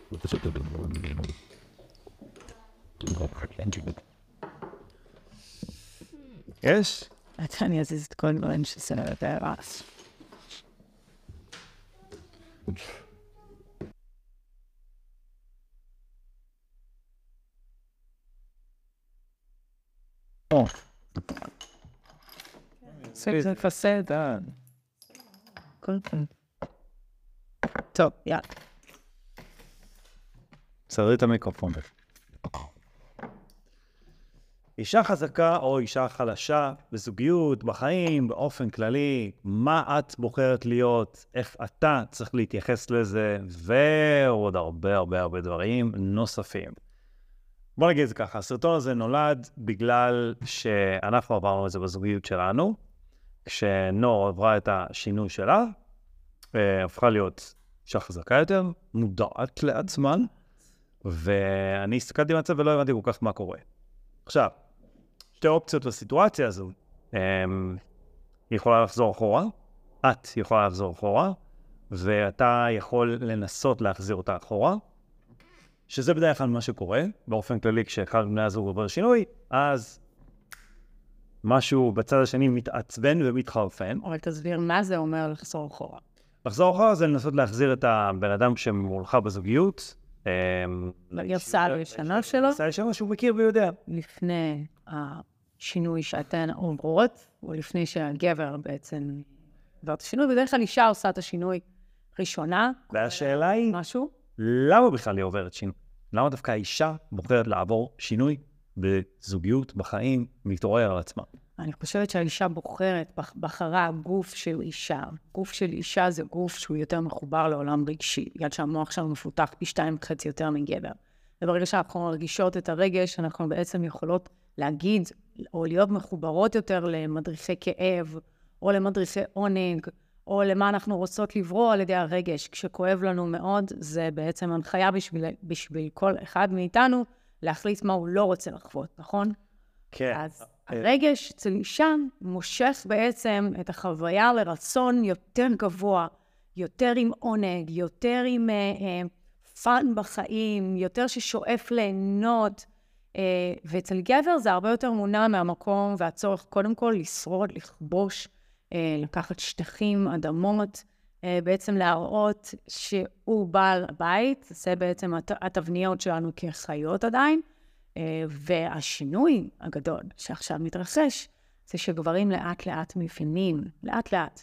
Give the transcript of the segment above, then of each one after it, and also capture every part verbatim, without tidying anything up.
יש? אני אזיז את כל דברים שזה לא יותר רעש. או. זה פסד. כל פעם. טוב, יאללה. סדרי את המיקרופון. אישה חזקה או אישה חלשה, בזוגיות, בחיים, באופן כללי, מה את בוחרת להיות, איך אתה צריך להתייחס לזה, ועוד הרבה הרבה הרבה דברים נוספים. בוא נגיד את זה ככה, הסרטון הזה נולד בגלל שאנחנו עברנו את זה בזוגיות שלנו, כשנור עברה את השינוי שלה, הפכה להיות אישה חזקה יותר, מודעת לעצמן, ואני הסתכלתי על זה ולא הבנתי כל כך מה קורה. עכשיו, שתי אופציות לסיטואציה הזו, היא יכולה לחזור אחורה, את יכולה לחזור אחורה, ואתה יכול לנסות להחזיר אותה אחורה, שזה בדרך כלל מה שקורה, באופן כללי כשאחד מבני הזוג עובר שינוי, אז משהו בצד השני מתעצבן ומתחרפן. אבל תסביר מה זה אומר לחזור אחורה. לחזור אחורה זה לנסות להחזיר את הבן אדם שמולך בזוגיות, לגרסה הישנה שלו. לגרסה הישנה שהוא מכיר ויודע. לפני השינוי שאתן עוברות, או לפני שהגבר בעצם עבר את השינוי, בדרך כלל אישה עושה את השינוי ראשונה. והשאלה היא, משהו? למה בכלל היא עוברת שינוי? למה דווקא האישה בוחרת לעבור שינוי בזוגיות, בחיים, מתעורר על עצמה? אני חושבת שהאישה בוחרת, בחרה גוף של אישה. גוף של אישה זה גוף שהוא יותר מחובר לעולם רגשי, בגלל שהמוח שלנו מפותח פי שתיים וחצי יותר מגבר. וברגע שאנחנו מרגישות את הרגש, אנחנו בעצם יכולות להגיד, או להיות מחוברות יותר למדריכי כאב, או למדריכי עונג, או למה אנחנו רוצות לברוא על ידי הרגש. כשכואב לנו מאוד, זה בעצם הנחיה בשביל, בשביל כל אחד מאיתנו, להחליט מה הוא לא רוצה לחוות, נכון? כן. אז הרגש אצל אישה מושך בעצם את החוויה לרצון יותר גבוה, יותר עם עונג, יותר עם uh, פן בחיים, יותר ששואף ליהנות, uh, ואצל גבר זה הרבה יותר מונע מהמקום והצורך קודם כל לשרוד, לכבוש, uh, לקחת שטחים, אדמות, uh, בעצם להראות שהוא בעל הבית, זה בעצם הת- התבניות שלנו כחיות עדיין, והשינוי הגדול שעכשיו מתרחש, זה שגברים לאט לאט מבינים, לאט לאט,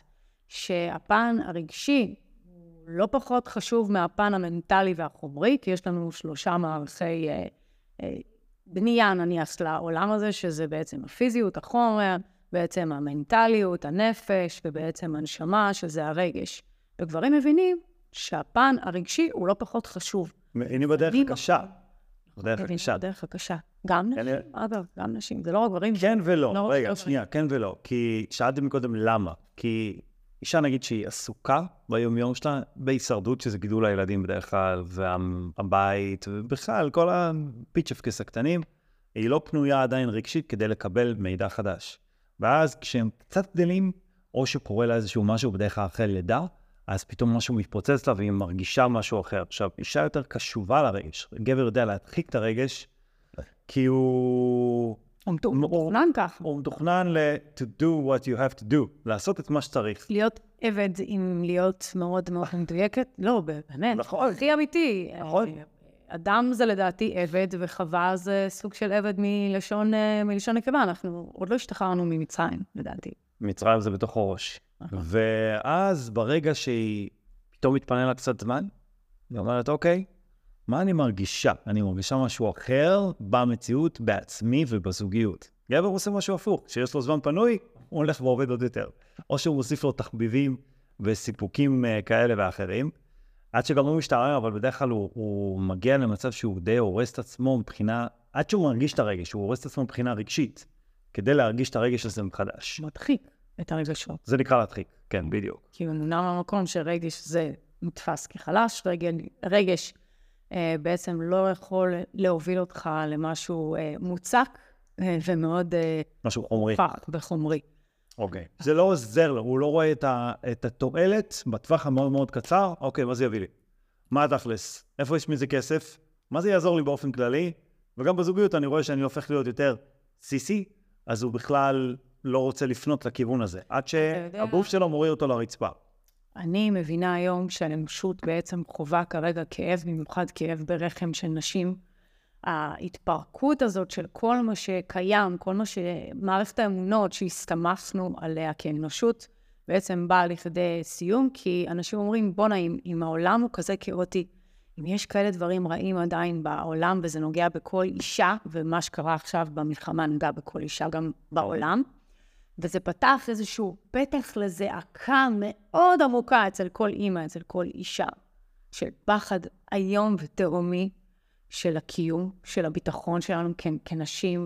שהפן הרגשי הוא לא פחות חשוב מהפן המנטלי והחומרי, כי יש לנו שלושה מערכי אה, אה, בנייה נניח לעולם הזה, שזה בעצם הפיזיות, החומר, בעצם המנטליות, הנפש, ובעצם הנשמה, שזה הרגש. וגברים מבינים שהפן הרגשי הוא לא פחות חשוב. הנה בדרך הקשה. בדרך הקשה. בדרך הקשה. גם נשים, אגב, גם נשים. זה לא רק גברים. כן ולא. רגע, שנייה, כן ולא. כי שאלתם מקודם למה. כי אישה נגיד שהיא עסוקה ביום יום שלה, בהישרדות, שזה גידול הילדים בדרך כלל, והבית, ובכלל, כל הפיצ'פקס הקטנים, היא לא פנויה עדיין רגשית כדי לקבל מידע חדש. ואז כשהם קצת גדלים, או שקורה לה איזשהו משהו בדרך כלל אחרי לידה, אז פתאום משהו מתפוצץ לה והיא מרגישה משהו אחר. עכשיו, אישה יותר קשובה לרגש. גבר יודע להדחיק את הרגש, כי הוא... הוא מתוכנן כך. הוא מתוכנן ל- to do what you have to do, לעשות את מה שצריך. להיות עבד עם להיות מאוד מאוד מדויקת? לא, באמת. נכון. הכי אמיתי. נכון. אדם זה לדעתי עבד, וחווה זה סוג של עבד מלשון, מלשון נקבה. אנחנו עוד לא השתחררנו ממצרים, לדעתי. מצרים זה בתוך הראש. ואז ברגע שהיא פתאום מתפנה לה קצת זמן, היא אומרת, אוקיי, מה אני מרגישה? אני מרגישה משהו אחר במציאות, בעצמי ובזוגיות. גבר עושה משהו הפוך. כשיש לו זמן פנוי, הוא הולך ועובד עוד יותר. או שהוא מוסיף לו תחביבים וסיפוקים uh, כאלה ואחרים, עד שגם הוא משתערר, אבל בדרך כלל הוא, הוא מגיע למצב שהוא די הורס את עצמו מבחינה, עד שהוא מרגיש את הרגש, הוא הורס את עצמו מבחינה רגשית, כדי להרגיש את הרגש הזה מחדש. מדחיק את הרגשות. זה נקרא להדחיק, כן, בדיוק. כי הוא מונע מהמקום שרגש זה נתפס כחלש, רגש, רגש אה, בעצם לא יכול להוביל אותך למשהו אה, מוצק אה, ומאוד אה, משהו חומרי. פח וחומרי. אוקיי. זה לא עוזר לו, הוא לא רואה את, ה, את התועלת בטווח המאוד מאוד קצר, אוקיי, מה זה יביא לי? מה התכלס? איפה יש מזה כסף? מה זה יעזור לי באופן כללי? וגם בזוגיות אני רואה שאני הופך להיות יותר סיסי, אז הוא בכלל לא רוצה לפנות לכיוון הזה, עד שהגוף שלו מוריד אותו לרצפה. אני מבינה היום שהאנושות בעצם חובה כרגע כאב, במיוחד כאב ברחם של נשים. ההתפרקות הזאת של כל מה שקיים, כל מה שמערכת האמונות שהסתמכנו עליה כאנושות, בעצם באה לכדי סיום, כי אנשים אומרים, בוא נעים, אם העולם הוא כזה כאוטי, אם יש כאלה דברים רעים עדיין בעולם, וזה נוגע בכל אישה, ומה שקרה עכשיו במלחמה נוגע בכל אישה גם בעולם, וזה פתח איזשהו פתח לזעקה מאוד עמוקה אצל כל אימא, אצל כל אישה, של פחד איום ותאומי של הקיום, של הביטחון שלנו כ- כנשים,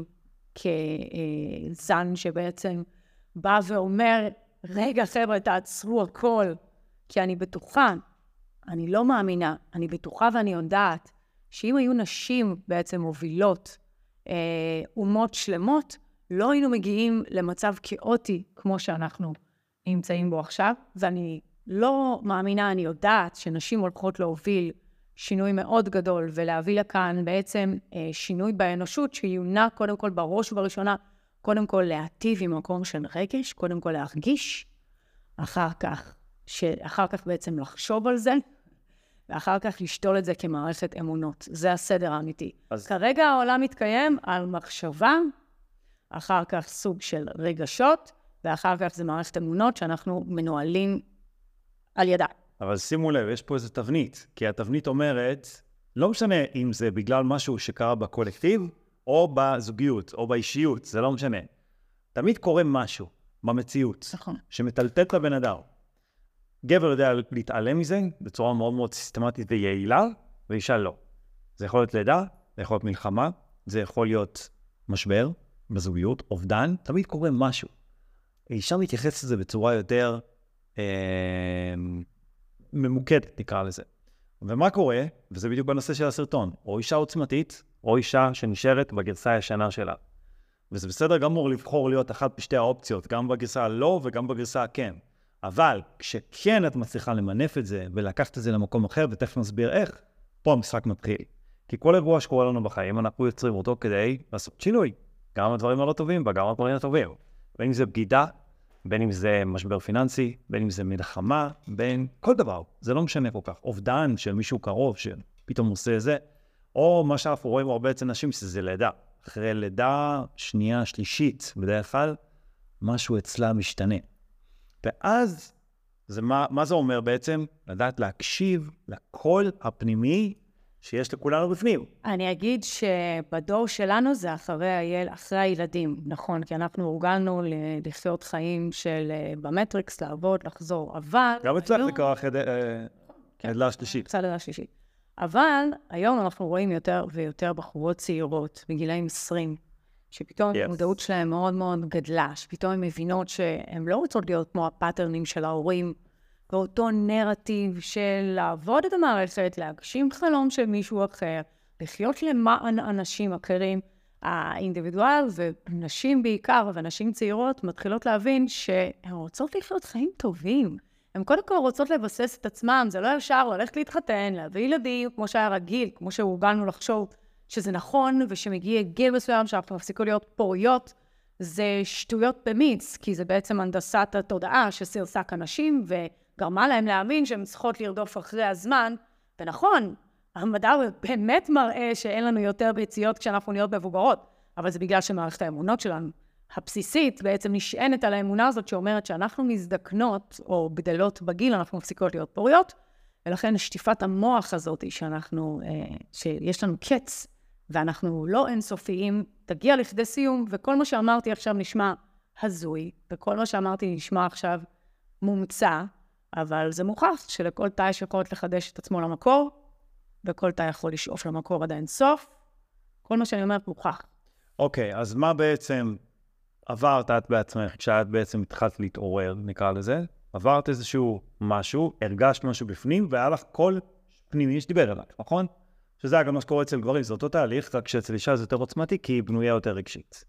כזן שבעצם בא ואומר, רגע חבר'ה, תעצרו הכל, כי אני בטוחה, אני לא מאמינה, אני בטוחה ואני יודעת, שאם היו נשים בעצם מובילות אה, אומות שלמות, לא היינו מגיעים למצב כאוטי כמו שאנחנו נמצאים בו עכשיו, ואני לא מאמינה, אני יודעת שנשים הולכות להוביל שינוי מאוד גדול, ולהביא לכאן בעצם אה, שינוי באנושות, שיונה קודם כל בראש ובראשונה, קודם כל להטיב עם מקום של רגש, קודם כל להרגיש, אחר כך, שאחר כך בעצם לחשוב על זה, ואחר כך לשתול את זה כמערכת אמונות. זה הסדר האמיתי. אז... כרגע העולם מתקיים על מחשבה, אחר כך סוג של רגשות, ואחר כך זה מערכת אמונות שאנחנו מנוהלים על ידה. אבל שימו לב, יש פה איזו תבנית, כי התבנית אומרת, לא משנה אם זה בגלל משהו שקרה בקולקטיב, או בזוגיות, או באישיות, זה לא משנה. תמיד קורה משהו במציאות, נכון. שמטלטט לבן אדם. גבר יודע להתעלם מזה בצורה מאוד מאוד סיסטמטית ויעילה, ואישה לא. זה יכול להיות לידה, זה יכול להיות מלחמה, זה יכול להיות משבר בזוגיות, אובדן, תמיד קורה משהו. האישה מתייחסת לזה בצורה יותר אה, ממוקדת, נקרא לזה. ומה קורה? וזה בדיוק בנושא של הסרטון. או אישה עוצמתית, או אישה שנשארת בגרסה הישנה שלה. וזה בסדר גמור לבחור להיות אחת בשתי האופציות, גם בגרסה הלא וגם בגרסה הכן. אבל כשכן את מצליחה למנף את זה ולקחת את זה למקום אחר, ותכף נסביר איך, פה המשחק מתחיל. כי כל אירוע שקורה לנו בחיים, אנחנו יוצרים אותו כדי לעשות שינוי. גם הדברים הלא טובים וגם הדברים הטובים. בין אם זה בגידה, בין אם זה משבר פיננסי, בין אם זה מלחמה, בין כל דבר. זה לא משנה כל כך. אובדן של מישהו קרוב שפתאום עושה זה, או מה שאנחנו רואים הרבה אצל נשים, שזה לידה. אחרי לידה שנייה, שלישית, בדרך כלל, משהו אצלה משתנה. ואז, זה מה, מה זה אומר בעצם? לדעת להקשיב לקול הפנימי שיש לכולנו בפנים. אני אגיד שבדור שלנו זה אחרי, היל, אחרי הילדים, נכון, כי אנחנו הורגלנו לחיות חיים של במטריקס, לעבוד, לחזור, אבל... גם אצלך זה קרה אחרי לידה שלישית. קצת לידה שלישית. אבל היום אנחנו רואים יותר ויותר בחורות צעירות, בגילאים עשרים, שפתאום yes. המודעות שלהם מאוד מאוד גדלה, שפתאום הן מבינות שהן לא רוצות להיות כמו הפאטרנים של ההורים, ואותו נרטיב של לעבוד את המערכת, להגשים חלום של מישהו אחר, לחיות למען אנשים אחרים. האינדיבידואל ונשים בעיקר, ונשים צעירות, מתחילות להבין שהן רוצות לחיות חיים טובים. הן קודם כל רוצות לבסס את עצמם, זה לא ישר ללכת להתחתן, להביא ילדים, כמו שהיה רגיל, כמו שהורגלנו לחשוב שזה נכון, ושמגיע גיל מסוים שאנחנו מפסיקו להיות פוריות, זה שטויות במיץ, כי זה בעצם הנדסת התודעה שסירסק אנשים, וגרמה להם להאמין שהן צריכות לרדוף אחרי הזמן, ונכון, המדע באמת מראה שאין לנו יותר ביציות כשאנחנו נהיות מבוגרות, אבל זה בגלל שמערכת האמונות שלנו, הבסיסית, בעצם נשענת על האמונה הזאת שאומרת שאנחנו מזדקנות או גדלות בגיל, אנחנו מפסיקות להיות פוריות, ולכן שטיפת המוח הזאת שאנחנו, שיש לנו קץ, ואנחנו לא אינסופיים, תגיע לכדי סיום, וכל מה שאמרתי עכשיו נשמע הזוי, וכל מה שאמרתי נשמע עכשיו מומצא, אבל זה מוכח שלכל תא יש יכולת לחדש את עצמו למקור, וכל תא יכול לשאוף למקור עד האינסוף. כל מה שאני אומרת מוכח. אוקיי, אז מה בעצם עברת את בעצמך, כשאת בעצם התחלת להתעורר, נקרא לזה, עברת איזשהו משהו, הרגשת משהו בפנים, והיה לך קול פנימי שדיבר אליך, נכון? שזה גם מה שקורה אצל גברים, זה אותו תהליך, רק שאצל אישה זה יותר עוצמתי, כי היא בנויה יותר רגשית.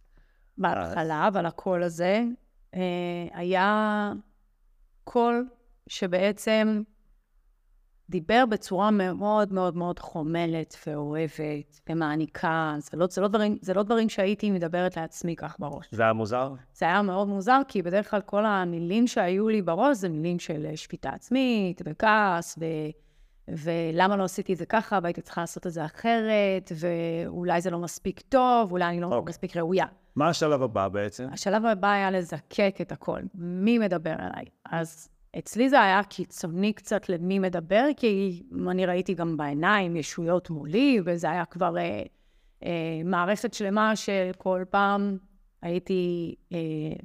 בהתחלה, אבל הקול הזה היה קול שבעצם דיבר בצורה מאוד מאוד מאוד חומלת ואוהבת ומעניקה. זה לא, זה לא דברים, זה לא דברים שהייתי מדברת לעצמי כך בראש. זה היה מוזר? זה היה מאוד מוזר, כי בדרך כלל כל המילים שהיו לי בראש זה מילים של שפיטה עצמית וכעס, ו... ולמה לא עשיתי את זה ככה, והייתי צריכה לעשות את זה אחרת, ואולי זה לא מספיק טוב, אולי אני לא okay. מספיק ראויה. מה השלב הבא בעצם? השלב הבא היה לזקק את הכל. מי מדבר עליי? אז אצלי זה היה קיצוני קצת למי מדבר, כי אני ראיתי גם בעיניים ישויות מולי, וזה היה כבר אה, אה, מערכת שלמה שכל פעם הייתי אה,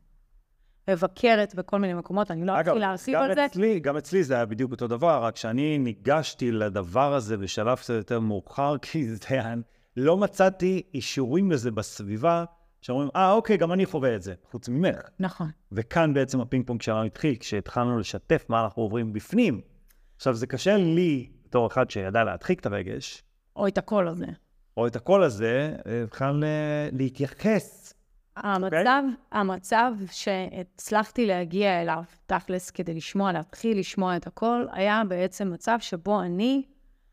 מבקרת בכל מיני מקומות, אני לא אתחיל להרחיב על זה. אצלי, גם אצלי זה היה בדיוק אותו דבר, רק שאני ניגשתי לדבר הזה בשלב קצת יותר מאוחר, כי זה היה, לא מצאתי אישורים לזה בסביבה, שאומרים, אה, אוקיי, גם אני חווה את זה, חוץ ממך. נכון. וכאן בעצם הפינג פונג שלנו התחיל, כשהתחלנו לשתף מה אנחנו עוברים בפנים. עכשיו, זה קשה לי, בתור אחד שידע להדחיק את הרגש, או את הקול הזה. או את הקול הזה, בכלל להתייחס. המצב, okay. המצב שהצלחתי להגיע אליו, תכלס, כדי לשמוע, להתחיל לשמוע את הכל, היה בעצם מצב שבו אני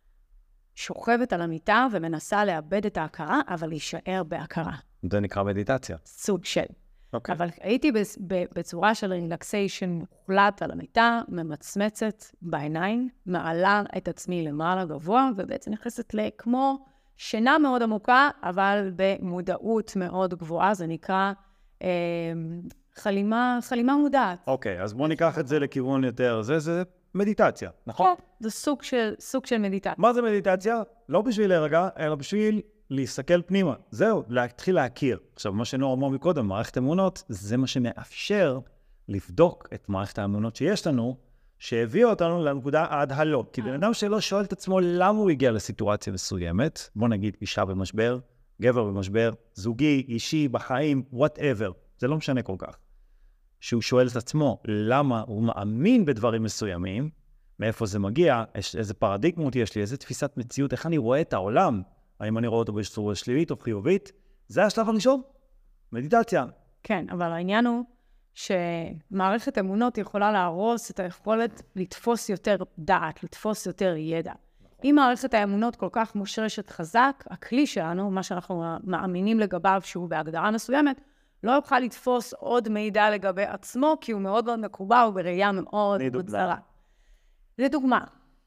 שוכבת על המיטה ומנסה לאבד את ההכרה, אבל להישאר בהכרה. זה נקרא מדיטציה. סוג של. Okay. אבל הייתי בצורה של רילקסיישן מוחלט על המיטה, ממצמצת בעיניים, מעלה את עצמי למעלה גבוה, ובעצם נכנסת לכמו שינה מאוד עמוקה, אבל במודעות מאוד גבוהה, זה נקרא אה, חלימה, חלימה מודעת. אוקיי, okay, אז בואו ניקח את זה לכיוון יותר, זה, זה מדיטציה, נכון? כן, זה סוג של, סוג של מדיטציה. מה זה מדיטציה? לא בשביל להירגע, אלא בשביל להסתכל פנימה. זהו, להתחיל להכיר. עכשיו, מה שנור אמר מקודם, מערכת אמונות, זה מה שמאפשר לבדוק את מערכת האמונות שיש לנו, שהביא אותנו לנקודה עד הלא. כי בן אדם שלא שואל את עצמו למה הוא הגיע לסיטואציה מסוימת, בוא נגיד אישה במשבר, גבר במשבר, זוגי, אישי, בחיים, whatever, זה לא משנה כל כך. שהוא שואל את עצמו למה הוא מאמין בדברים מסוימים, מאיפה זה מגיע, איזה פרדיגמות יש לי, איזה תפיסת מציאות, איך אני רואה את העולם, האם אני רואה אותו בצורה שלילית או חיובית, זה השלב הראשון, מדיטציה. כן, אבל העניין הוא שמערכת אמונות יכולה להרוס את היכולת לתפוס יותר דעת, לתפוס יותר ידע. אם מערכת האמונות כל כך מושרשת חזק, הכלי שלנו, מה שאנחנו מאמינים לגביו שהוא בהגדרה מסוימת, לא יוכל לתפוס עוד מידע לגבי עצמו, כי הוא מאוד מאוד מקובע, הוא בראייה מאוד מאוד זרה. לדוגמה,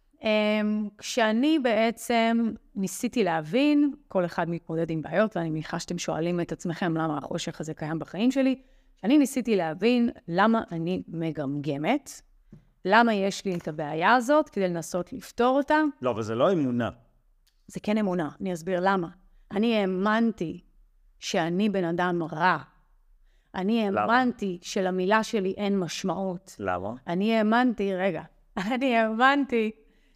כשאני בעצם ניסיתי להבין, כל אחד מתמודד עם בעיות, ואני מניחה שאתם שואלים את עצמכם למה החושך הזה קיים בחיים שלי, שאני ניסיתי להבין למה אני מגמגמת, למה יש לי את הבעיה הזאת, כדי לנסות לפתור אותה. לא, אבל זה לא אמונה. זה כן אמונה, אני אסביר למה. אני האמנתי שאני בן אדם רע. אני האמנתי שלמילה שלי אין משמעות. למה? אני האמנתי, רגע, אני האמנתי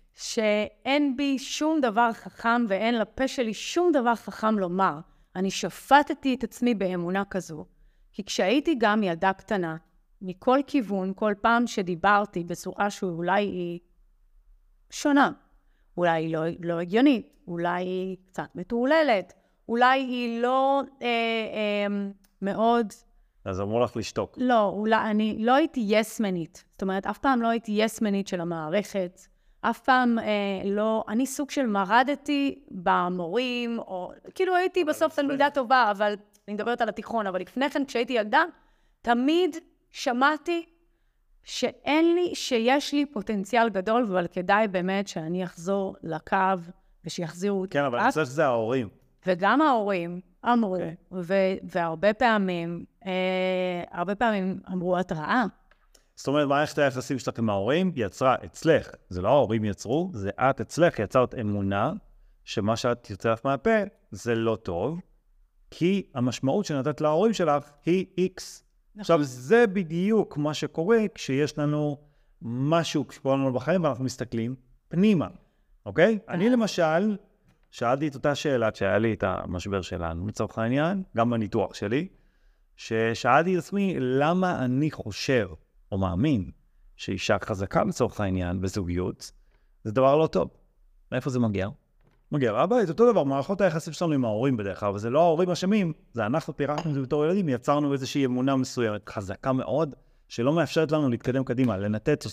שאין בי שום דבר חכם ואין לפה שלי שום דבר חכם לומר. אני שפטתי את עצמי באמונה כזו. כי כשהייתי גם ילדה קטנה, מכל כיוון, כל פעם שדיברתי בצורה שאולי היא שונה, אולי היא לא, לא הגיונית, אולי היא קצת מטורללת, אולי היא לא אה, אה, מאוד... אז אמרו לך לשתוק. לא, אולי אני לא הייתי יסמנית. זאת אומרת, אף פעם לא הייתי יסמנית של המערכת. אף פעם אה, לא... אני סוג של מרדתי במורים, או... כאילו הייתי בסוף תלמידה טובה, אבל אני מדברת על התיכון. אבל לפני כן, כשהייתי ילדה, תמיד שמעתי שאין לי, שיש לי פוטנציאל גדול, אבל כדאי באמת שאני אחזור לקו ושיחזירו אותי. כן, אבל אני חושב שזה ההורים. וגם ההורים אמרו, okay. ו- והרבה פעמים, אה, הרבה פעמים אמרו התראה. זאת אומרת, מערכת היחסים שלכם עם ההורים יצרה אצלך. זה לא ההורים יצרו, זה את אצלך יצרת אמונה, שמה שאת יוצאת מהפה זה לא טוב, כי המשמעות שנתת להורים שלך היא X. נכון. עכשיו, זה בדיוק מה שקורה כשיש לנו משהו שקורה לנו בחיים, ואנחנו מסתכלים פנימה, אוקיי? אני למשל... שאלתי את אותה שאלה שהיה לי את המשבר שלנו, לצורך העניין, גם בניתוח שלי, ששאלתי את עצמי למה אני חושב או מאמין שאישה חזקה לצורך העניין בזוגיות, זה דבר לא טוב. מאיפה זה מגיע? מגיע מהבית, אותו דבר, מערכות היחסים שלנו עם ההורים בדרך כלל, וזה לא ההורים אשמים, זה אנחנו פירקנו את זה בתור ילדים, יצרנו איזושהי אמונה מסוימת חזקה מאוד, שלא מאפשרת לנו להתקדם קדימה, לנתץ אותה.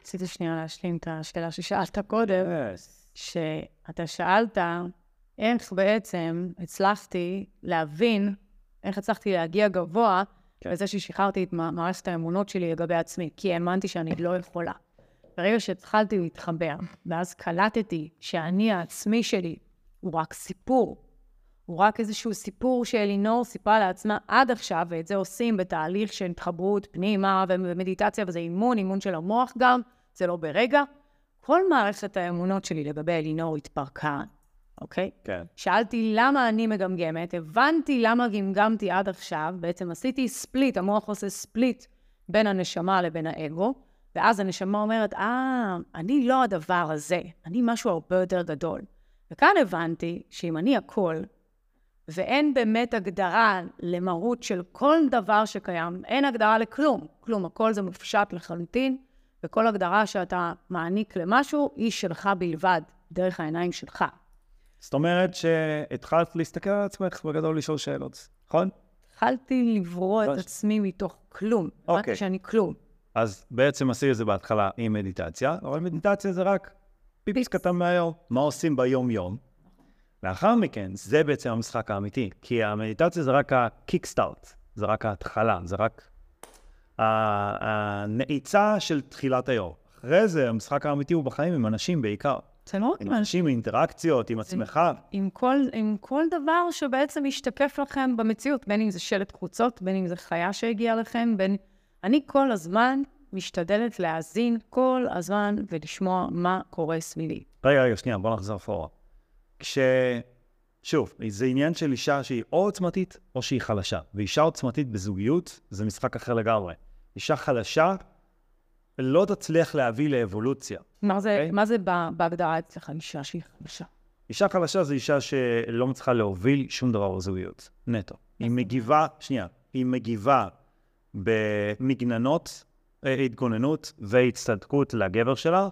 רציתי שנייה להשלים את השאלה ששאלת קודם, שאתה שאלת איך בעצם הצלחתי להבין, איך הצלחתי להגיע גבוה, בזה ששחררתי את מערכת האמונות שלי לגבי עצמי, כי האמנתי שאני לא יכולה. ברגע שהתחלתי להתחבר, ואז קלטתי שאני העצמי שלי, הוא רק סיפור. הוא רק איזשהו סיפור שאלינור סיפרה לעצמה עד עכשיו, ואת זה עושים בתהליך של התחברות פנימה ומדיטציה, וזה אימון, אימון של המוח גם, זה לא ברגע. כל מערכת האמונות שלי לגבי אלינור התפרקה, אוקיי? כן. שאלתי למה אני מגמגמת, הבנתי למה גמגמתי עד עכשיו, בעצם עשיתי ספליט, המוח עושה ספליט בין הנשמה לבין האגו, ואז הנשמה אומרת, אה, אני לא הדבר הזה, אני משהו הרבה יותר גדול. וכאן הבנתי שאם אני הכל, ואין באמת הגדרה למהות של כל דבר שקיים, אין הגדרה לכלום, כלום, הכל זה מופשט לחלוטין, וכל הגדרה שאתה מעניק למשהו, היא שלך בלבד, דרך העיניים שלך. זאת אומרת שהתחלת להסתכל על עצמך בגדול לשאול שאלות, נכון? התחלתי לברוא את עצמי מתוך כלום, רק שאני כלום. אז בעצם עשי את זה בהתחלה עם מדיטציה, אבל מדיטציה זה רק פיפס קטן מהיום, מה עושים ביום-יום. לאחר מכן, זה בעצם המשחק האמיתי, כי המדיטציה זה רק הקיק-סטארט, זה רק ההתחלה, זה רק הנעיצה של תחילת היום. אחרי זה, המשחק האמיתי הוא בחיים עם אנשים בעיקר. זה לא רק עם אנשים, עם אינטראקציות, עם עצמך. עם כל, עם כל דבר שבעצם משתקף לכם במציאות, בין אם זה שלט חוצות, בין אם זה חיה שהגיעה לכם, בין... אני כל הזמן משתדלת להאזין כל הזמן ולשמוע מה קורה סביבי. רגע, רגע, שנייה, בוא נחזור אחורה. כש... שוב, זה עניין של אישה שהיא או עוצמתית או שהיא חלשה. ואישה עוצמתית בזוגיות זה משחק אחר לגמרי. אישה חלשה לא תצליח להביא לאבולוציה. מה זה, okay? מה זה בהגדרה אצלך אישה שהיא חלשה? אישה חלשה זה אישה שלא מצליחה להוביל שום דבר בזוגיות. נטו. היא מגיבה, שנייה, היא מגיבה במגננות, התגוננות והצטדקות לגבר שלה,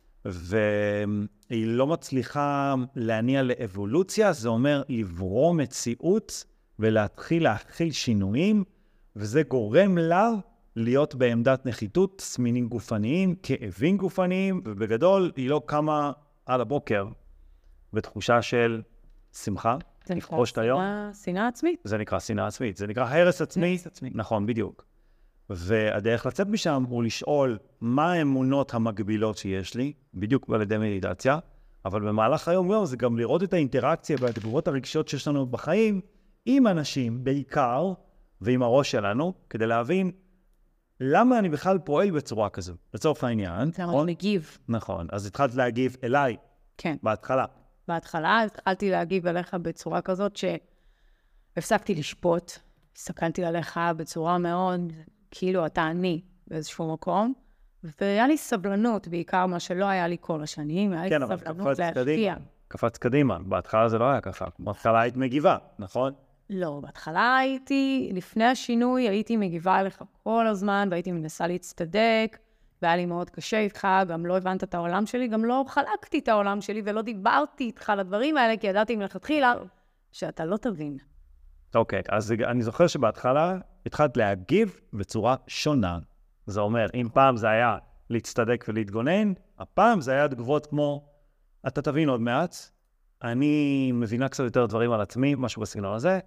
והיא לא מצליחה להניע לאבולוציה, זה אומר לברוא מציאות ולהתחיל להכיל שינויים, וזה גורם לה להיות בעמדת נחיתות, סמינים גופניים, כאבים גופניים, ובגדול היא לא קמה על הבוקר בתחושה של שמחה. זה נקרא שנאה עצמית. זה נקרא שנאה עצמית, זה נקרא הרס עצמי. נכון, בדיוק. והדרך לצאת משם הוא לשאול מה האמונות המקבילות שיש לי, בדיוק על ידי מדיטציה, אבל במהלך היום יום זה גם לראות את האינטראקציה והתגובות הרגשיות שיש לנו בחיים עם אנשים בעיקר ועם הראש שלנו, כדי להבין למה אני בכלל פועל בצורה כזו. לצורך העניין. זה ממש מגיב. נכון, אז התחלת להגיב אליי. כן. בהתחלה. בהתחלה התחלתי להגיב אליך בצורה כזאת שהפסקתי לשפוט, הסתכלתי עליך בצורה מאוד... כאילו אתה אני באיזשהו מקום, והיה לי סבלנות, בעיקר מה שלא היה לי כל השנים, היה לי כן, סבלנות להשקיע. קפץ קדימה, בהתחלה זה לא היה ככה, בהתחלה היית מגיבה, נכון? לא, בהתחלה הייתי, לפני השינוי, הייתי מגיבה אליך כל הזמן, והייתי מנסה להצטדק, והיה לי מאוד קשה איתך, גם לא הבנת את העולם שלי, גם לא חלקתי את העולם שלי, ולא דיברתי איתך על הדברים האלה, כי ידעתי מלכתחילה שאתה לא תבין. אוקיי, אז אני זוכר שבהתחלה התחלת להגיב בצורה שונה. זה אומר, אם פעם זה היה להצטדק ולהתגונן, הפעם זה היה תגובות כמו, אתה תבין עוד מעט, אני מבינה קצת יותר דברים על עצמי, משהו בסגנון הזה,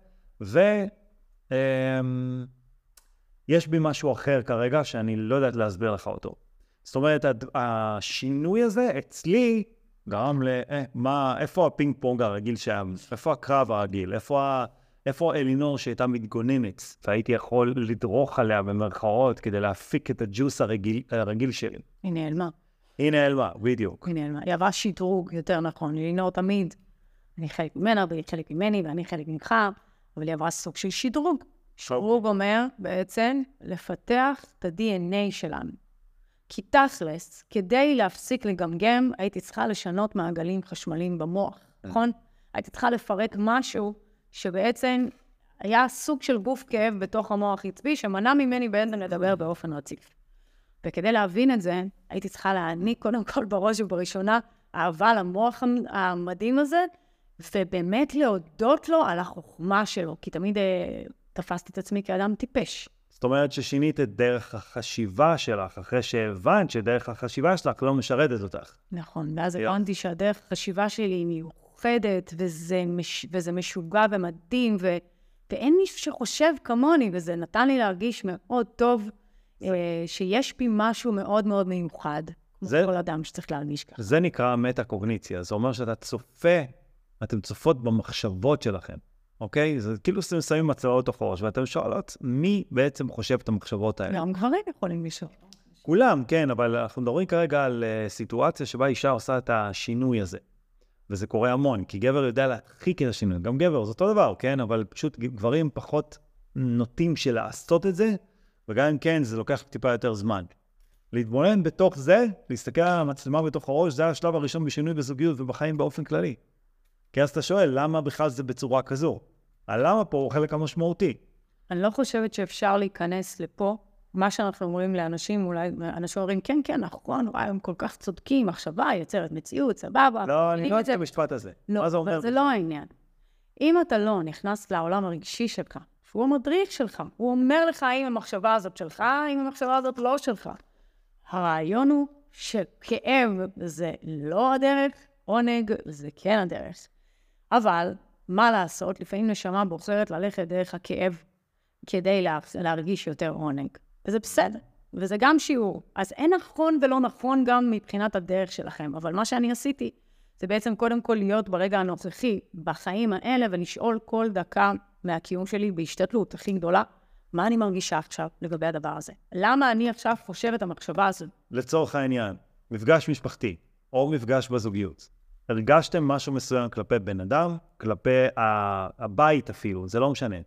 ויש בי משהו אחר כרגע שאני לא יודעת להסביר לך אותו. זאת אומרת, השינוי הזה אצלי גרם ל... אה, מה, איפה הפינג פונג הרגיל שם? איפה הקרב הרגיל? איפה ה... איפה אלינור שהייתה מתגוננת, והייתי יכול לדרוך עליה במרכאות כדי להפיק את הג'וס הרגיל, הרגיל שלי. היא נעלמה. היא נעלמה, בדיוק. היא נעלמה. היא עברה שדרוג יותר נכון. אלינור תמיד, אני חלק ממנה, והיא חלק ממני, ואני חלק ממך, אבל היא עברה סוג של שדרוג. שדרוג אומר בעצם לפתח את ה-די אן איי שלנו. כי תכלס, כדי להפסיק לגמגם, הייתי צריכה לשנות מעגלים חשמליים במוח, נכון? הייתי צריכה לפרק משהו שבעצם היה סוג של גוף כאב בתוך המוח עצבי, שמנע ממני בעצם לדבר באופן רציף. וכדי להבין את זה, הייתי צריכה להעניק קודם כל בראש ובראשונה אהבה למוח המדהים הזה, ובאמת להודות לו על החוכמה שלו, כי תמיד אה, תפסתי את עצמי כאדם טיפש. זאת אומרת ששינית את דרך החשיבה שלך, אחרי שהבנת שדרך החשיבה שלך לא משרתת אותך. נכון, ואז הבנתי שהדרך החשיבה שלי היא מיוחדת, וזה, מש... וזה משוגע ומדהים, ו... ואין מישהו שחושב כמוני, וזה נתן לי להרגיש מאוד טוב, זה... שיש בי משהו מאוד מאוד מיוחד, כמו זה... כל אדם שצריך להרגיש ככה. זה נקרא מטה-קוגניציה, זה אומר שאתה צופה, אתם צופות במחשבות שלכם. אוקיי? זה כאילו שאתם שמים מצלעות תוך הראש, ואתם שואלות מי בעצם חושב את המחשבות האלה. גם גברים יכולים לשאול. כולם, כן, אבל אנחנו מדברים כרגע על uh, סיטואציה שבה אישה עושה את השינוי הזה. וזה קורה המון, כי גבר יודע להדחיק את השינוי. גם גבר, זה אותו דבר, כן? אבל פשוט גברים פחות נוטים של לעשות את זה, וגם אם כן, זה לוקח טיפה יותר זמן. להתבונן בתוך זה, להסתכל על המצלמה בתוך הראש, זה השלב הראשון בשינוי בזוגיות ובחיים באופן כללי. כי אז אתה שואל, למה בכלל זה בצורה כזו? הלמה פה הוא חלק המשמעותי? אני לא חושבת שאפשר להיכנס לפה. מה שאנחנו אומרים לאנשים, אולי אנשים אומרים, כן, כן, נכון, הם כל כך צודקים, מחשבה, יוצרת מציאות, סבבה. לא, אני לא יודעת את המשפט הזה. לא, אבל זה לא העניין. אם אתה לא נכנס לעולם הרגשי שלך, שהוא המדריך שלך, הוא אומר לך האם המחשבה הזאת שלך, האם המחשבה הזאת לא שלך. הרעיון הוא שכאב זה לא הדרך, עונג זה כן הדרך. אבל מה לעשות? לפעמים נשמה בוחרת ללכת דרך הכאב כדי להרגיש יותר עונג. וזה בסדר, וזה גם שיעור. אז אין נכון ולא נכון גם מבחינת הדרך שלכם. אבל מה שאני עשיתי, זה בעצם קודם כל להיות ברגע הנוכחי, בחיים האלה, ולשאול כל דקה מהקיום שלי בהשתתלות הכי גדולה, מה אני מרגישה עכשיו לגבי הדבר הזה? למה אני עכשיו חושבת את המחשבה הזו? לצורך העניין, מפגש משפחתי, או מפגש בזוגיות. הרגשתם משהו מסוים כלפי בן אדם, כלפי הבית אפילו, זה לא משנה.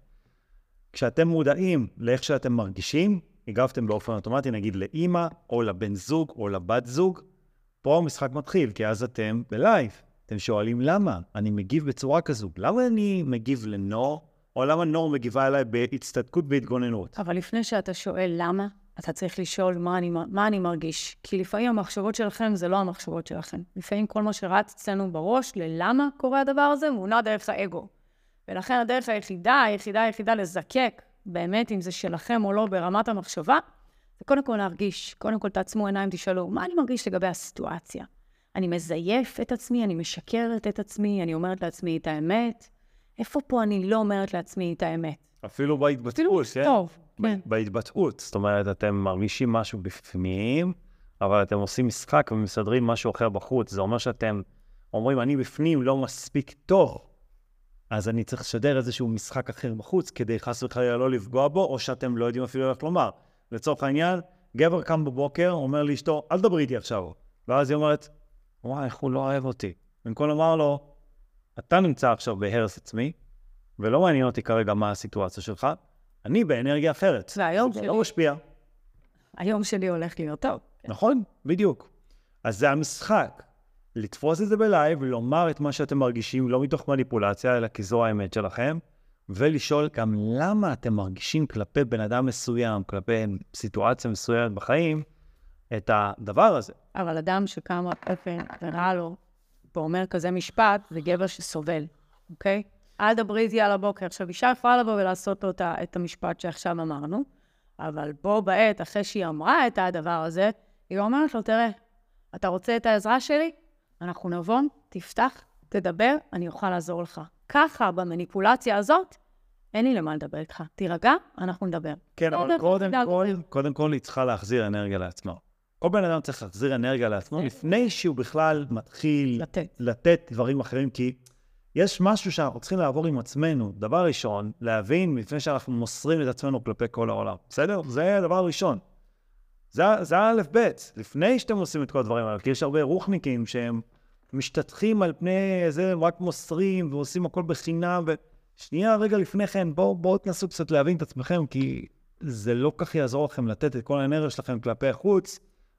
כשאתם מודעים לאיך שאתם מרגישים, הגבתם באופן אוטומטי, נגיד לאמא, או לבן זוג, או לבת זוג, פה המשחק מתחיל, כי אז אתם בלייב. אתם שואלים למה אני מגיב בצורה כזו. למה אני מגיב לנור, או למה נור מגיבה אליי בהצטדקות והתגוננות? אבל לפני שאתה שואל למה, אתה צריך לשאול מה אני, מה אני מרגיש. כי לפעמים המחשבות שלכם זה לא המחשבות שלכם. לפעמים כל מה שרץ אצלנו בראש ללמה קורה הדבר הזה, מונע דרך האגו. ולכן הדרך היחידה, היחידה, היחידה לזקק, באמת אם זה שלכם או לא ברמת המחשבה, זה קודם כל להרגיש, קודם כל תעצמו עיניים, תשאלו, מה אני מרגיש לגבי הסיטואציה? אני מזייף את עצמי, אני משקרת את עצמי, אני אומרת לעצמי את האמת. איפה פה אני לא אומרת לעצמי את האמת? אפילו בהתבטאות, כן? טוב, כן. בהתבטאות, זאת אומרת, אתם מרגישים משהו בפנים, אבל אתם עושים משחק ומסדרים משהו אחר בחוץ. זה אומר שאתם אומרים, אני בפנים לא מספיק טוב, אז אני צריך לשדר איזשהו משחק אחר בחוץ, כדי חס וחלילה לא לפגוע בו, או שאתם לא יודעים אפילו איך לומר. לצורך העניין, גבר קם בבוקר, אומר לאשתו, אל דברי איתי עכשיו. ואז היא אומרת, וואי, איך הוא לא אוהב אותי. במקום לומר לו, אתה נמצא עכשיו בהרס עצמי, ולא מעניין אותי כרגע מה הסיטואציה שלך, אני באנרגיה אחרת. והיום שלי... לא משפיע. היום שלי הולך להיות טוב. נכון, בדיוק. אז זה המשחק. לתפוס את זה בלייב, ולומר את מה שאתם מרגישים, לא מתוך מניפולציה, אלא כי זו האמת שלכם, ולשאול גם למה אתם מרגישים כלפי בן אדם מסוים, כלפי סיטואציה מסוימת בחיים, את הדבר הזה. אבל אדם שקם רפן וראה לו, ואומר כזה משפט, זה גבר שסובל, אוקיי? אל דברי איתי על הבוקר. עכשיו, אישה יכולה לבוא ולעשות לו את המשפט שעכשיו אמרנו, אבל בו בעת, אחרי שהיא אמרה את הדבר הזה, היא אומרת לו, תראה, אתה רוצה את העזרה שלי? אנחנו נבון, תפתח, תדבר, אני אוכל לעזור לך. ככה, במניפולציה הזאת, אין לי למה לדבר איתך. תירגע, אנחנו נדבר. כן, אבל קודם כל, קודם כל היא צריכה להחזיר אנרגיה לעצמו. כל בן אדם צריך להחזיר אנרגיה לעצמו, לפני שהוא בכלל מתחיל לתת דברים אחרים, כי יש משהו שאנחנו צריכים לעבור עם עצמנו. דבר ראשון, להבין לפני שאנחנו מוסרים את עצמנו כלפי כל העולם. בסדר? זה דבר ראשון. זה, זה א' ב', לפני שאתם עושים את כל הדברים האלה, כי יש הרבה רוחניקים שהם משתתחים על פני זה, רק מוסרים ועושים הכל בחינם, ושנייה רגע לפני כן, בואו בוא תנסו קצת להבין את עצמכם, כי זה לא כך יעזור לכם לתת את כל האנרגיה שלכם כלפי החוץ,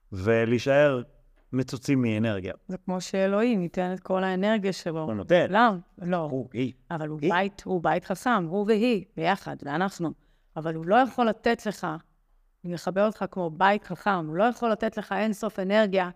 ולהישאר מצוצים מאנרגיה. זה כמו שאלוהים ייתן את כל האנרגיה שלו. הוא נותן. לא, לא. הוא, היא. אבל הוא בית, הוא בית חכם, הוא והיא, ביחד, ואנחנו. אבל הוא לא יכול לתת לך, אני מחבר אותך כמו בית חכם, הוא לא יכול לתת לך אינסוף אנרגיה,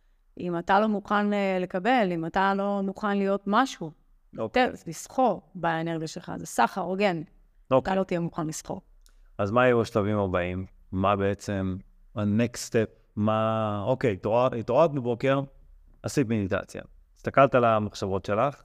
אם אתה לא מוכן לקבל, אם אתה לא מוכן להיות משהו. יותר, לסחור באנרגיה שלך, זה סחר הוגן. אתה לא תהיה מוכן לסחור. אז מה היו השלבים הבאים? מה בעצם ה-next step? מה, אוקיי, התעוררת בבוקר, עשית מדיטציה. הסתכלת על המחשבות שלך,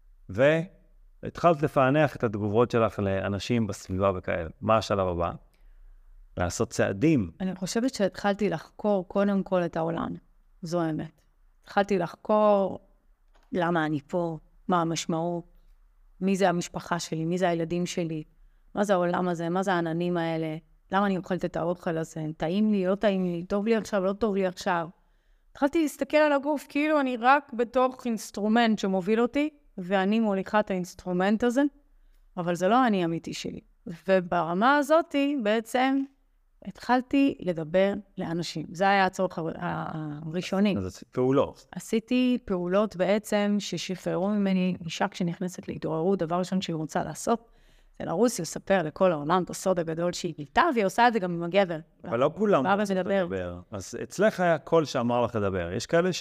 והתחלת לפענח את התגובות שלך לאנשים בסביבה וכאלה. מה השלב הבא? לעשות צעדים. אני חושבת שהתחלתי לחקור קודם כל את העולם. זו האמת. התחלתי לחקור למה אני פה, מה המשמעות, מי זה המשפחה שלי, מי זה הילדים שלי, מה זה העולם הזה, מה זה העננים האלה, למה אני אוכלת את האוכל הזה, טעים לי, לא טעים לי, טוב לי עכשיו, לא טוב לי עכשיו. התחלתי להסתכל על הגוף, כאילו אני רק בתוך אינסטרומנט שמוביל אותי, ואני מוליכה את האינסטרומנט הזה, אבל זה לא אני האמיתי שלי. וברמה הזאת בעצם התחלתי לדבר לאנשים. זה היה הצורך הראשוני. אז עשית פעולות. עשיתי פעולות בעצם ששחררו ממני אישה כשנכנסת להתעוררות. דבר ראשון שהיא רוצה לעשות, זה לרוץ לספר לכל העולם את הסוד הגדול שהיא גילתה, והיא עושה את זה גם עם הגבר. אבל לא כולם רוצים לדבר. אז אצלך היה קול שאמר לך לדבר. יש כאלה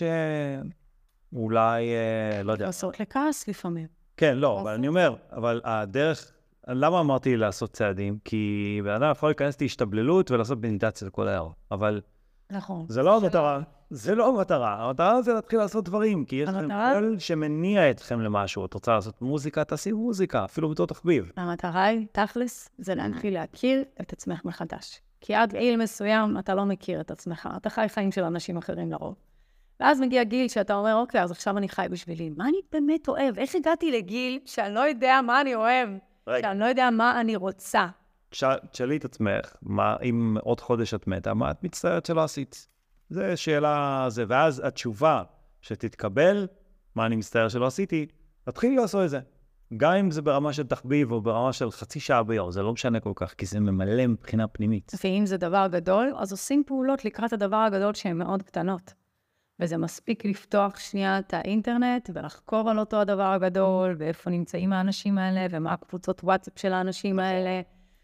שאולי, לא יודע. לעשות לכעס לפעמים. כן, לא, אבל אני אומר, אבל הדרך... למה אמרתי לעשות צעדים? כי בן אדם יכול להיכנס להשתבללות ולעשות מדיטציה לכל הער. אבל נכון. זה לא המטרה. זה לא המטרה. המטרה זה להתחיל לעשות דברים, כי יש לכם קול שמניע אתכם למשהו. את רוצה לעשות מוזיקה, תעשי מוזיקה, אפילו בתור תחביב. המטרה היא, תכלס, זה להתחיל להכיר את עצמך מחדש. כי עד גיל מסוים אתה לא מכיר את עצמך. אתה חי חיים של אנשים אחרים לרוב. ואז מגיע גיל שאתה אומר, אוקיי, אז עכשיו אני חי בשבילי. מה אני באמת אוהב? איך הגעתי לגיל שאני לא יודע מה אני אוהב? שאני לא יודע מה אני רוצה. תשאלי את עצמך, מה, אם עוד חודש את מתה, מה את מצטערת שלא עשית? זו שאלה, זה, ואז התשובה שתתקבל, מה אני מצטער שלא עשיתי, תתחילי לעשות את זה. גם אם זה ברמה של תחביב או ברמה של חצי שעה ביום, זה לא משנה כל כך, כי זה ממלא מבחינה פנימית. ואם זה דבר גדול, אז עושים פעולות לקראת הדבר הגדול שהן מאוד קטנות. וזה מספיק לפתוח שנייה את האינטרנט ולחקור על אותו הדבר הגדול, ואיפה נמצאים האנשים האלה, ומה הקבוצות וואטסאפ של האנשים האלה,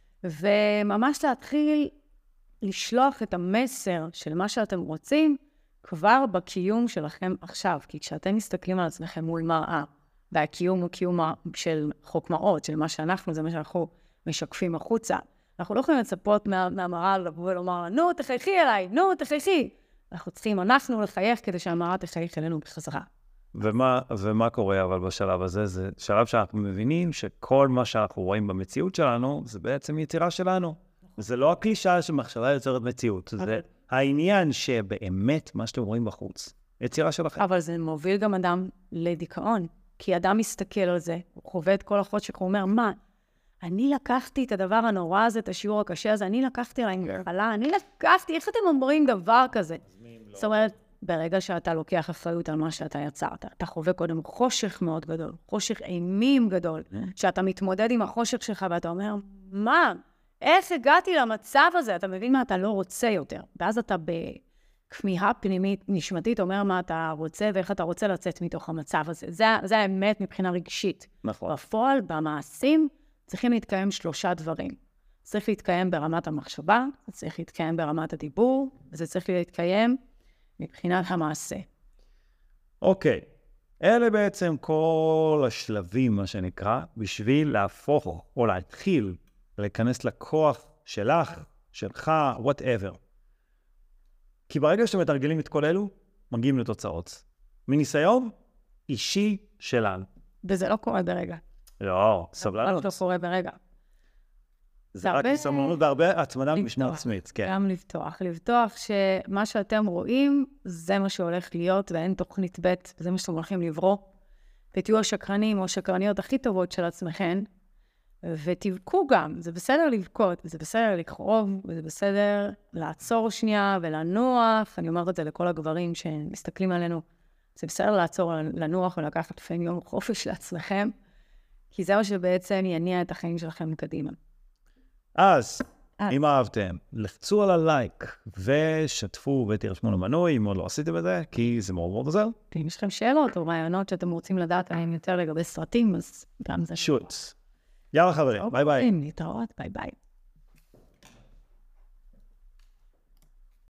וממש להתחיל לשלוח את המסר של מה שאתם רוצים, כבר בקיום שלכם עכשיו. כי כשאתם מסתכלים על עצמכם מול מראה, והקיום הוא קיום של חוק מראות, של מה שאנחנו, זה מה שאנחנו משקפים החוצה. אנחנו לא יכולים לצפות מה, מהמראה לבוא ולומר, נו, תחייכי אליי, נו, תחייכי. אנחנו צריכים, אנחנו לחייך כדי שהמראה תחייך אלינו בחזרה. ומה, ומה קורה אבל בשלב הזה? זה שלב שאנחנו מבינים שכל מה שאנחנו רואים במציאות שלנו, זה בעצם יצירה שלנו. זה לא הקלישה שמחשבה יוצרת מציאות. זה העניין שבאמת מה שאתם רואים בחוץ, יצירה שלכם. אבל זה מוביל גם אדם לדיכאון. כי אדם מסתכל על זה, הוא חווה את כל החושך, הוא אומר, מה? אני לקחתי את הדבר הנורא הזה, את השיעור הקשה הזה, אני לקחתי על ההנגלה, אני לקחתי, איך אתם אומרים דבר כזה? זאת אומרת, ברגע שאתה לוקח אחריות על מה שאתה יצרת, אתה חווה קודם חושך מאוד גדול, חושך אימים גדול, שאתה מתמודד עם החושך שלך ואתה אומר, מה? איך הגעתי למצב הזה? אתה מבין מה אתה לא רוצה יותר. ואז אתה בכמיהה פנימית נשמתית, אומר מה אתה רוצה ואיך אתה רוצה לצאת מתוך המצב הזה. זה, זה האמת מבחינה רגשית. נכון. בפועל, במעשים, צריכים להתקיים שלושה דברים. צריך להתקיים ברמת המחשבה, זה צריך להתקיים ברמת הדיבור, וזה צריך להתקיים מבחינת המעשה. אוקיי. אלה בעצם כל השלבים, מה שנקרא, בשביל להפוך או להתחיל להיכנס לכוח שלך, שלך, whatever. כי ברגע שאתם מתרגלים את כל אלו, מגיעים לתוצאות. מניסיון אישי שלנו. וזה לא קורה ברגע. לא, סבלנות. זה לא קורה ברגע. זה רק סבלנות והרבה התמדה משנה עצמית. גם לפתוח. לפתוח שמה שאתם רואים, זה מה שהולך להיות, ואין תוכנית ב', זה מה שאתם הולכים לברוא. ותהיו השקרנים או שקרניות הכי טובות של עצמכם, ותבכו גם. זה בסדר לבכות, זה בסדר לכאוב, וזה בסדר לעצור שנייה ולנוח. אני אומרת את זה לכל הגברים שמסתכלים עלינו. זה בסדר לעצור, לנוח ולקחת לפעמים יום חופש לעצמכם, כי זה מה שבעצם יניע את החיים שלכם קדימה. אז, אם אהבתם, לחצו על הלייק ושתפו ותרשמו למנוי, אם עוד לא עשיתם את זה, כי זה מאוד מאוד עוזר. אם יש לכם שאלות או רעיונות שאתם רוצים לדעת עליהם יותר לגבי סרטים, אז גם זה... שוט. יאללה חברים, ביי ביי. להתראות, ביי ביי.